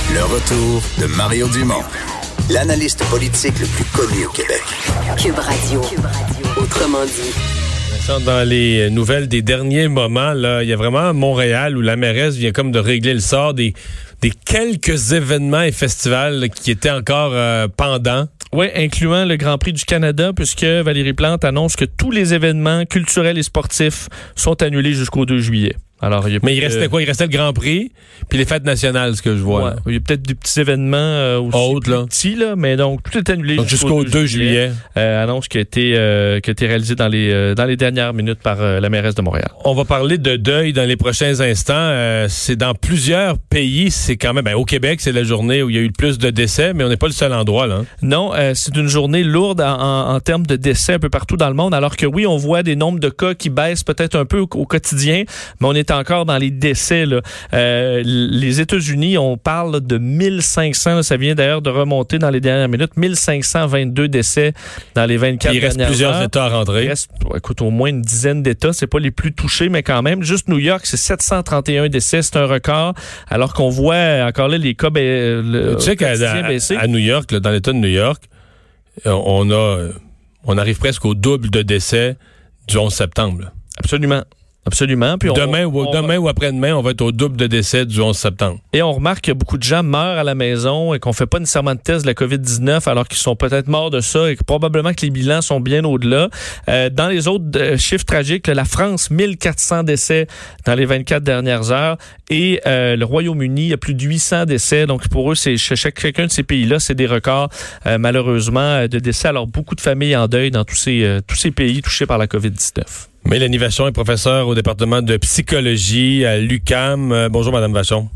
Le retour de Mario Dumont, l'analyste politique le plus connu au Québec. Cube Radio. Autrement dit. Dans les nouvelles des derniers moments, là, il y a vraiment Montréal où la mairesse vient comme de régler le sort des quelques événements et festivals là, qui étaient encore pendants. Oui, incluant le Grand Prix du Canada, puisque Valérie Plante annonce que tous les événements culturels et sportifs sont annulés jusqu'au 2 juillet. Alors, mais il restait quoi? Il restait le Grand Prix, puis les fêtes nationales, ce que je vois. Ouais, il y a peut-être des petits événements aussi autres, là. Petits, là, mais donc tout est annulé donc, jusqu'au 2 juilet. Annonce qui a été réalisée dans les dernières minutes par la mairesse de Montréal. On va parler de deuil dans les prochains instants. C'est dans plusieurs pays. C'est quand même... au Québec, c'est la journée où il y a eu le plus de décès, mais on n'est pas le seul endroit, là. Non, c'est une journée lourde en termes de décès un peu partout dans le monde, alors que oui, on voit des nombres de cas qui baissent peut-être un peu au quotidien, mais on est encore dans les décès. Là. Les États-Unis, on parle de 1500, là, ça vient d'ailleurs de remonter dans les dernières minutes, 1522 décès dans les 24 dernières heures. Il reste plusieurs États à rentrer. Il reste, au moins une dizaine d'États, c'est pas les plus touchés, mais quand même. Juste New York, c'est 731 décès, c'est un record, alors qu'on voit encore là les cas tu sais qu'à New York, là, dans l'État de New York, on arrive presque au double de décès du 11 septembre. Là. Absolument. Puis demain ou après-demain, on va être au double de décès du 11 septembre. Et on remarque que beaucoup de gens meurent à la maison et qu'on fait pas nécessairement de test de la COVID-19 alors qu'ils sont peut-être morts de ça et que probablement que les bilans sont bien au-delà. Dans les autres chiffres tragiques, la France, 1400 décès dans les 24 dernières heures et le Royaume-Uni, il y a plus de 800 décès. Donc pour eux, c'est chacun de ces pays-là, c'est des records malheureusement de décès. Alors beaucoup de familles en deuil dans tous ces pays touchés par la COVID-19. Mélanie Vachon est professeure au département de psychologie à l'UQAM. Bonjour, Madame Vachon.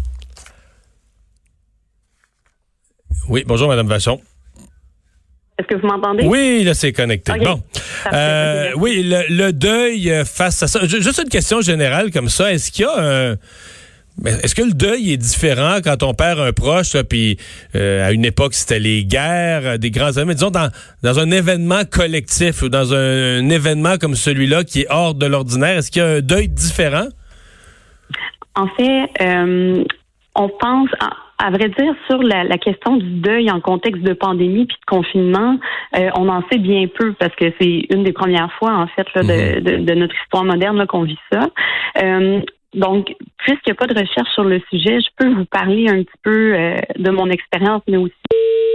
Oui, bonjour, Madame Vachon. Est-ce que vous m'entendez? Oui, là, c'est connecté. Okay. Bon. Oui, le deuil face à ça. Juste une question générale comme ça. Est-ce que le deuil est différent quand on perd un proche, puis à une époque, c'était les guerres, des grands événements, disons dans un événement collectif ou dans un événement comme celui-là qui est hors de l'ordinaire, est-ce qu'il y a un deuil différent? En fait, on pense, à vrai dire, sur la question du deuil en contexte de pandémie puis de confinement, on en sait bien peu parce que c'est une des premières fois, en fait, là, de notre histoire moderne là, qu'on vit ça. Donc, puisqu'il n'y a pas de recherche sur le sujet, je peux vous parler un petit peu de mon expérience, mais aussi...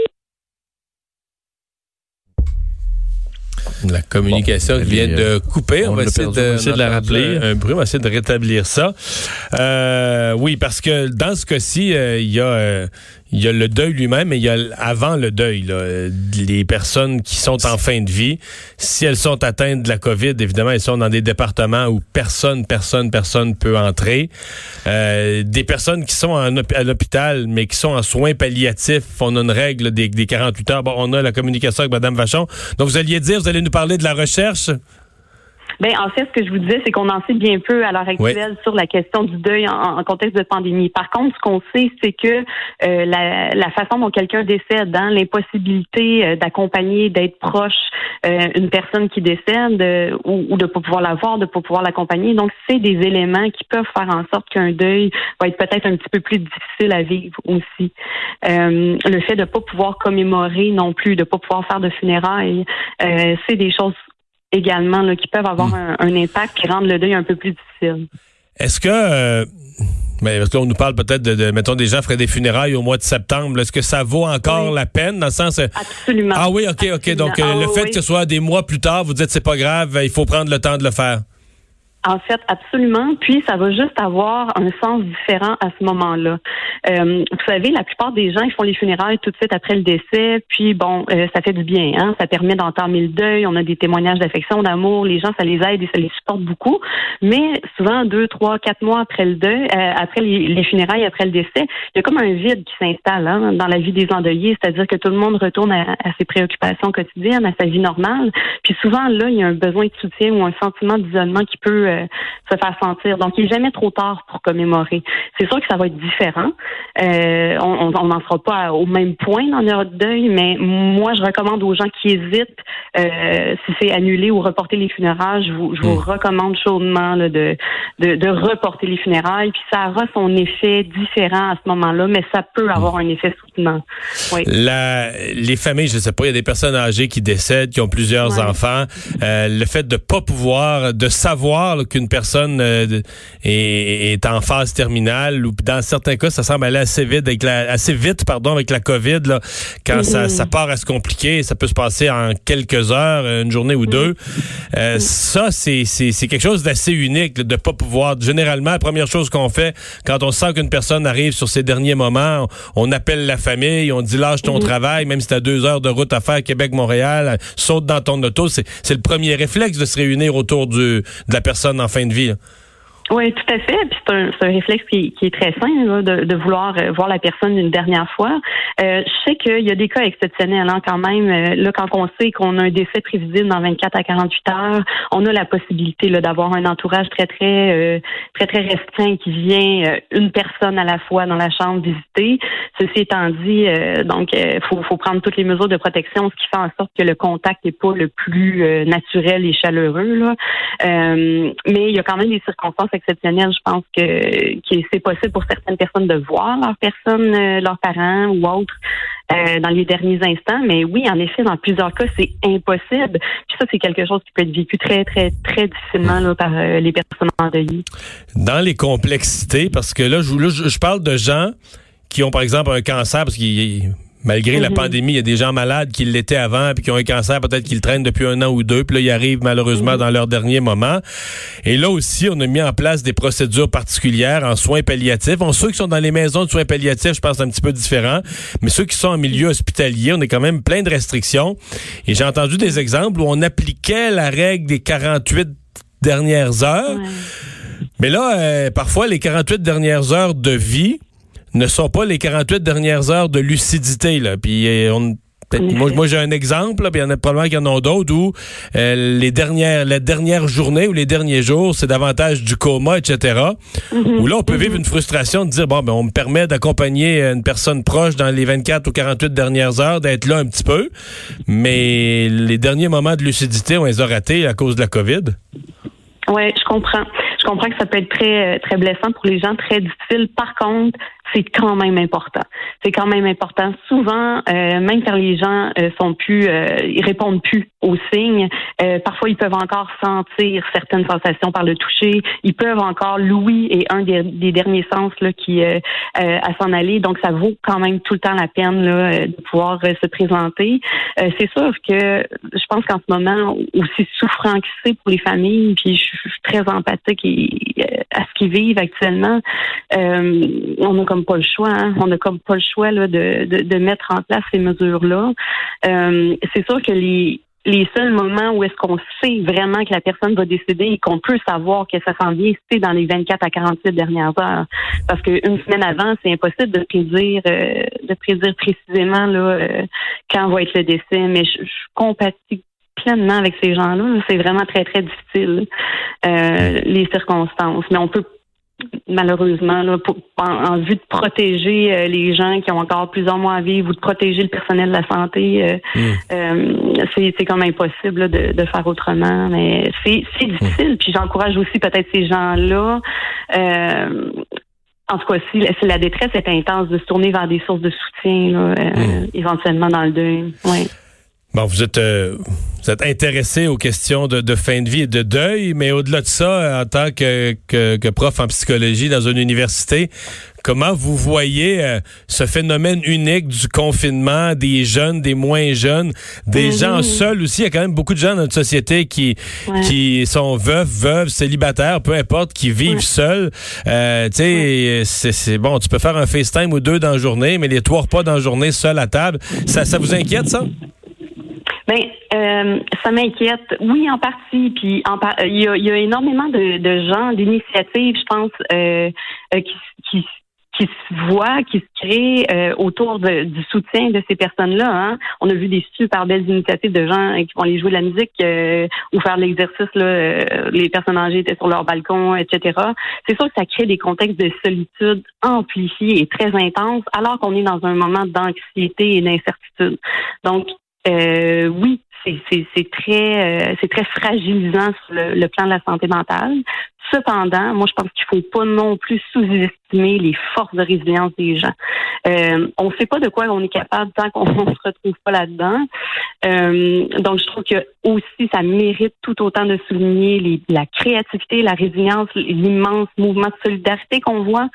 La communication vient de couper. On va essayer de la rappeler. Un bruit, on va essayer de rétablir ça. Oui, parce que dans ce cas-ci, il y a le deuil lui-même, mais il y a avant le deuil, là, les personnes qui sont en fin de vie. Si elles sont atteintes de la COVID, évidemment, elles sont dans des départements où personne peut entrer. Des personnes qui sont à l'hôpital, mais qui sont en soins palliatifs, on a une règle des 48 heures. Bon, on a la communication avec Mme Vachon. Donc, vous allez nous parler de la recherche? Ben, en fait, ce que je vous disais, c'est qu'on en sait bien peu à l'heure actuelle sur la question du deuil en contexte de pandémie. Par contre, ce qu'on sait, c'est que la façon dont quelqu'un décède, l'impossibilité d'accompagner, d'être proche une personne qui décède ou de pas pouvoir la voir, de pas pouvoir l'accompagner. Donc, c'est des éléments qui peuvent faire en sorte qu'un deuil va être peut-être un petit peu plus difficile à vivre aussi. Le fait de pas pouvoir commémorer non plus, de pas pouvoir faire de funérailles, c'est des choses également là, qui peuvent avoir un impact qui rendent le deuil un peu plus difficile. Est-ce que parce qu'on nous parle peut-être de mettons des gens feraient des funérailles au mois de septembre, est-ce que ça vaut encore la peine dans le sens Absolument. Ah oui, OK. Donc le fait que ce soit des mois plus tard, vous dites c'est pas grave, il faut prendre le temps de le faire. En fait, absolument. Puis, ça va juste avoir un sens différent à ce moment-là. Vous savez, la plupart des gens, ils font les funérailles tout de suite après le décès. Puis, bon, ça fait du bien. Hein? Ça permet d'entamer le deuil. On a des témoignages d'affection, d'amour. Les gens, ça les aide et ça les supporte beaucoup. Mais souvent, 2, 3, 4 mois après le deuil, après les funérailles, après le décès, il y a comme un vide qui s'installe dans la vie des endeuillés. C'est-à-dire que tout le monde retourne à ses préoccupations quotidiennes, à sa vie normale. Puis souvent, là, il y a un besoin de soutien ou un sentiment d'isolement qui peut se faire sentir. Donc, il n'est jamais trop tard pour commémorer. C'est sûr que ça va être différent. On n'en sera pas au même point dans notre deuil, mais moi, je recommande aux gens qui hésitent, si c'est annuler ou reporter les funérailles, je vous recommande chaudement là, de reporter les funérailles. Puis ça aura son effet différent à ce moment-là, mais ça peut avoir un effet soutenant. Oui. Les familles, je ne sais pas, il y a des personnes âgées qui décèdent, qui ont plusieurs enfants. Le fait de pas pouvoir, de savoir là, qu'une personne est en phase terminale, ou dans certains cas, ça semble aller assez vite avec la COVID, là, quand ça part à se compliquer, ça peut se passer en quelques heures, une journée ou deux. Ça, c'est quelque chose d'assez unique, là, de pas pouvoir. Généralement, la première chose qu'on fait quand on sent qu'une personne arrive sur ses derniers moments, on appelle la famille, on dit lâche ton travail, même si t'as 2 heures de route à faire Québec-Montréal, saute dans ton auto. C'est le premier réflexe de se réunir autour de la personne en fin de vie, là. Oui, tout à fait. Puis c'est un réflexe qui est très sain là, de vouloir voir la personne une dernière fois. Je sais qu'il y a des cas exceptionnels hein, quand même. Là, quand on sait qu'on a un décès prévisible dans 24 à 48 heures, on a la possibilité là, d'avoir un entourage très restreint qui vient une personne à la fois dans la chambre visiter. Ceci étant dit, donc faut prendre toutes les mesures de protection, ce qui fait en sorte que le contact n'est pas le plus naturel et chaleureux là. Mais il y a quand même des circonstances exceptionnelles. Je pense que c'est possible pour certaines personnes de voir leurs parents ou autres dans les derniers instants. Mais oui, en effet, dans plusieurs cas, c'est impossible. Puis ça, c'est quelque chose qui peut être vécu très, très, très difficilement là, par les personnes endeuillées. Dans les complexités, parce que là, je parle de gens qui ont, par exemple, un cancer, parce qu'il malgré la pandémie, il y a des gens malades qui l'étaient avant puis qui ont un cancer, peut-être qu'ils le traînent depuis 1 an ou 2, puis là, ils arrivent malheureusement dans leur dernier moment. Et là aussi, on a mis en place des procédures particulières en soins palliatifs. Ceux qui sont dans les maisons de soins palliatifs, je pense, c'est un petit peu différent. Mais ceux qui sont en milieu hospitalier, on est quand même plein de restrictions. Et j'ai entendu des exemples où on appliquait la règle des 48 dernières heures. Mais là, parfois, les 48 dernières heures de vie ne sont pas les 48 dernières heures de lucidité, là. Puis moi j'ai un exemple, là, puis il y en a probablement qu'il y en a d'autres où la dernière journée ou les derniers jours, c'est davantage du coma, etc. Où là, on peut vivre une frustration de dire, on me permet d'accompagner une personne proche dans les 24 ou 48 dernières heures, d'être là un petit peu, mais les derniers moments de lucidité, on les a ratés à cause de la COVID. Oui, je comprends. Je comprends que ça peut être très, très blessant pour les gens, très difficile. Par contre, c'est quand même important. C'est quand même important. Souvent, même quand les gens ils répondent plus aux signes, parfois ils peuvent encore sentir certaines sensations par le toucher. Ils peuvent encore, l'ouïe est un des derniers sens là qui à s'en aller. Donc, ça vaut quand même tout le temps la peine là, de pouvoir se présenter. C'est sûr que je pense qu'en ce moment, aussi souffrant que c'est pour les familles, puis je suis très empathique à ce qu'ils vivent actuellement, on n'a comme pas le choix. Hein? On n'a comme pas le choix là, de mettre en place ces mesures-là. C'est sûr que les seuls moments où est-ce qu'on sait vraiment que la personne va décéder et qu'on peut savoir que ça s'en vient, c'est dans les 24 à 48 dernières heures. Parce qu'une semaine avant, c'est impossible de prédire précisément là, quand va être le décès. Mais je compatis pleinement avec ces gens-là. C'est vraiment très, très difficile, les circonstances. Mais on peut malheureusement, là, en vue de protéger les gens qui ont encore plusieurs mois à vivre ou de protéger le personnel de la santé, c'est comme impossible là, de faire autrement. Mais c'est difficile. Puis j'encourage aussi peut-être ces gens-là. En tout cas, si la détresse est intense, de se tourner vers des sources de soutien, là, éventuellement dans le deuil. Ouais. Bon, vous êtes intéressé aux questions de fin de vie et de deuil, mais au-delà de ça, en tant que prof en psychologie dans une université, comment vous voyez ce phénomène unique du confinement, des jeunes, des moins jeunes, des gens seuls aussi? Il y a quand même beaucoup de gens dans notre société qui sont veuves, célibataires, peu importe, qui vivent seuls. Tu sais, c'est bon, tu peux faire un FaceTime ou 2 dans la journée, mais les 3 repas dans la journée, seul à table, ça vous inquiète, ça? Ça m'inquiète. Oui, en partie. Puis il y a énormément de gens, d'initiatives, je pense, qui qui se voit, qui se crée autour du soutien de ces personnes-là. Hein. On a vu des super belles initiatives de gens qui vont aller jouer de la musique ou faire de l'exercice. Les personnes âgées étaient sur leur balcon, etc. C'est sûr que ça crée des contextes de solitude amplifiés et très intenses, alors qu'on est dans un moment d'anxiété et d'incertitude. Donc, oui, c'est très fragilisant sur le plan de la santé mentale. Cependant, moi, je pense qu'il faut pas non plus sous-estimer les forces de résilience des gens. On ne sait pas de quoi on est capable tant qu'on ne se retrouve pas là-dedans. Donc, je trouve que aussi, ça mérite tout autant de souligner la créativité, la résilience, l'immense mouvement de solidarité qu'on voit.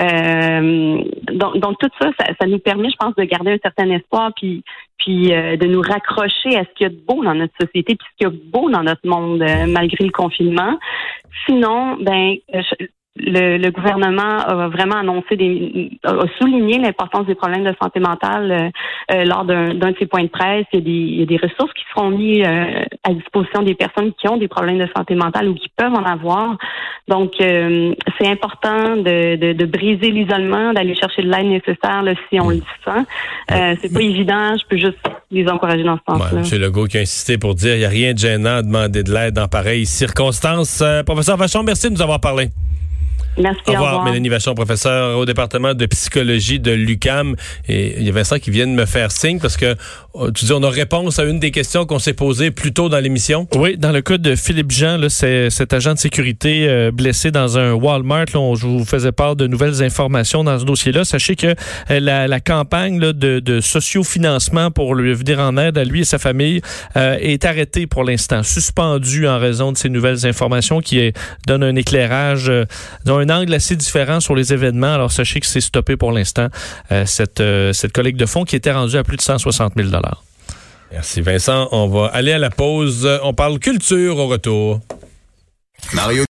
Donc tout ça, ça nous permet, je pense, de garder un certain espoir, puis de nous raccrocher à ce qu'il y a de beau dans notre société, puis ce qu'il y a de beau dans notre monde, malgré le confinement. Sinon, le gouvernement a vraiment a souligné l'importance des problèmes de santé mentale lors d'un de ses points de presse. Il y a des ressources qui seront mises à disposition des personnes qui ont des problèmes de santé mentale ou qui peuvent en avoir. Donc, c'est important de briser l'isolement, d'aller chercher de l'aide nécessaire là, si on le sent. C'est pas évident, je peux juste les encourager dans ce sens-là. M. Legault qui a insisté pour dire qu'il n'y a rien de gênant à demander de l'aide dans pareilles circonstances. Professeur Vachon, merci de nous avoir parlé. Merci, au revoir. Mélanie Vachon, professeure au département de psychologie de l'UQAM. Et il y a Vincent qui vient de me faire signe parce que tu dis on a réponse à une des questions qu'on s'est posées plus tôt dans l'émission. Oui, dans le cas de Philippe Jean, là, c'est cet agent de sécurité blessé dans un Walmart. Là, je vous faisais part de nouvelles informations dans ce dossier-là. Sachez que la campagne là, de sociofinancement pour lui venir en aide à lui et sa famille est arrêtée pour l'instant, suspendue en raison de ces nouvelles informations qui donnent un éclairage un angle assez différent sur les événements. Alors, sachez que c'est stoppé pour l'instant, cette collecte de fonds qui était rendue à plus de 160 000 $. Merci Vincent. On va aller à la pause. On parle culture au retour. Mario